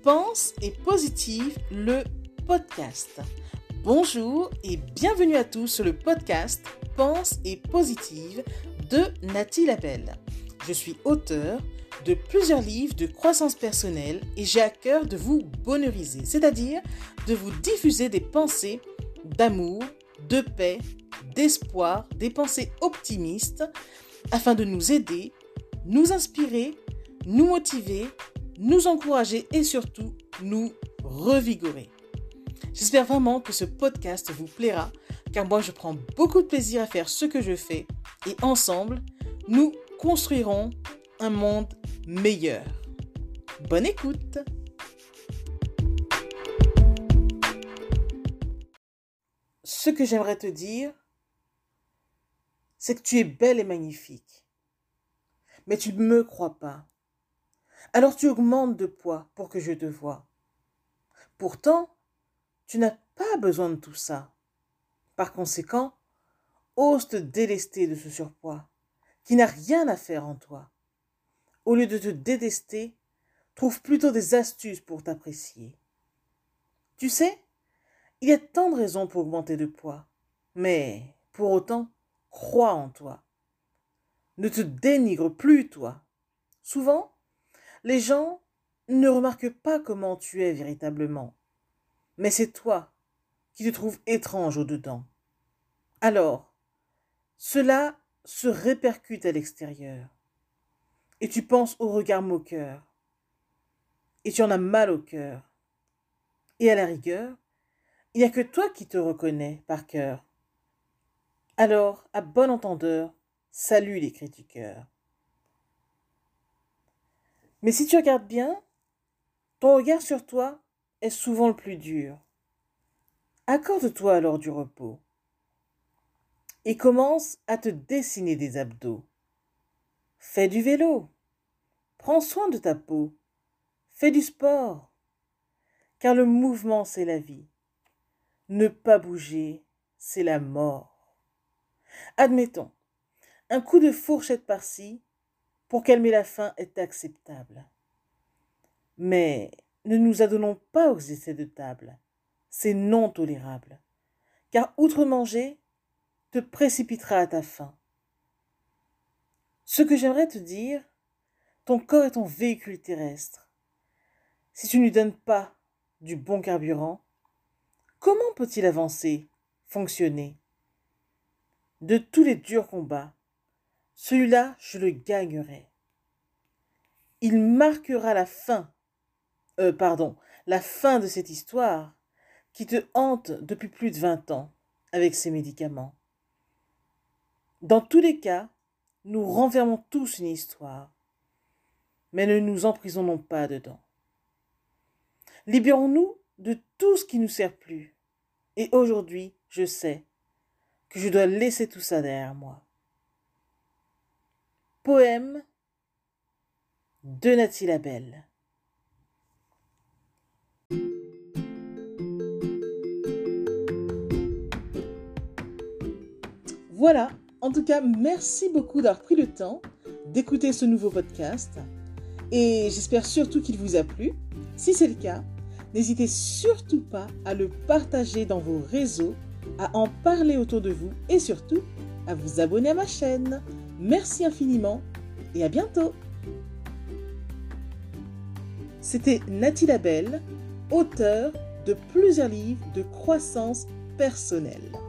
Pense et Positive, le podcast. Bonjour et bienvenue à tous sur le podcast Pense et Positive de Nathalie Labelle. Je suis auteure de plusieurs livres de croissance personnelle et j'ai à cœur de vous bonheuriser, c'est-à-dire de vous diffuser des pensées d'amour, de paix, d'espoir, des pensées optimistes afin de nous aider, nous inspirer, nous motiver, nous encourager et surtout nous revigorer. J'espère vraiment que ce podcast vous plaira car moi je prends beaucoup de plaisir à faire ce que je fais et ensemble nous construirons un monde meilleur. Bonne écoute! Ce que j'aimerais te dire, c'est que tu es belle et magnifique. Mais tu ne me crois pas. Alors tu augmentes de poids pour que je te voie. Pourtant, tu n'as pas besoin de tout ça. Par conséquent, ose te délester de ce surpoids qui n'a rien à faire en toi. Au lieu de te détester, trouve plutôt des astuces pour t'apprécier. Tu sais, il y a tant de raisons pour augmenter de poids, mais pour autant, crois en toi. Ne te dénigre plus, toi. Souvent, les gens ne remarquent pas comment tu es véritablement, mais c'est toi qui te trouves étrange au-dedans. Alors, cela se répercute à l'extérieur, et tu penses au regard moqueur, et tu en as mal au cœur. Et à la rigueur, il n'y a que toi qui te reconnais par cœur. Alors, à bon entendeur, salut les critiqueurs. Mais si tu regardes bien, ton regard sur toi est souvent le plus dur. Accorde-toi alors du repos et commence à te dessiner des abdos. Fais du vélo, prends soin de ta peau, fais du sport, car le mouvement c'est la vie. Ne pas bouger, c'est la mort. Admettons, un coup de fourchette par-ci pour calmer la faim est acceptable. Mais ne nous adonnons pas aux excès de table. C'est non tolérable. Car outre manger, te précipitera à ta faim. Ce que j'aimerais te dire, ton corps est ton véhicule terrestre. Si tu ne lui donnes pas du bon carburant, comment peut-il avancer, fonctionner? De tous les durs combats, celui-là, je le gagnerai. Il marquera la fin de cette histoire qui te hante depuis plus de 20 ans avec ces médicaments. Dans tous les cas, nous renfermons tous une histoire, mais ne nous emprisonnons pas dedans. Libérons-nous de tout ce qui ne nous sert plus. Et aujourd'hui, je sais que je dois laisser tout ça derrière moi. Poème de Nathalie Labelle. Voilà, en tout cas, merci beaucoup d'avoir pris le temps d'écouter ce nouveau podcast et j'espère surtout qu'il vous a plu. Si c'est le cas, n'hésitez surtout pas à le partager dans vos réseaux, à en parler autour de vous et surtout à vous abonner à ma chaîne. Merci infiniment et à bientôt. C'était Nathalie Labelle, auteure de plusieurs livres de croissance personnelle.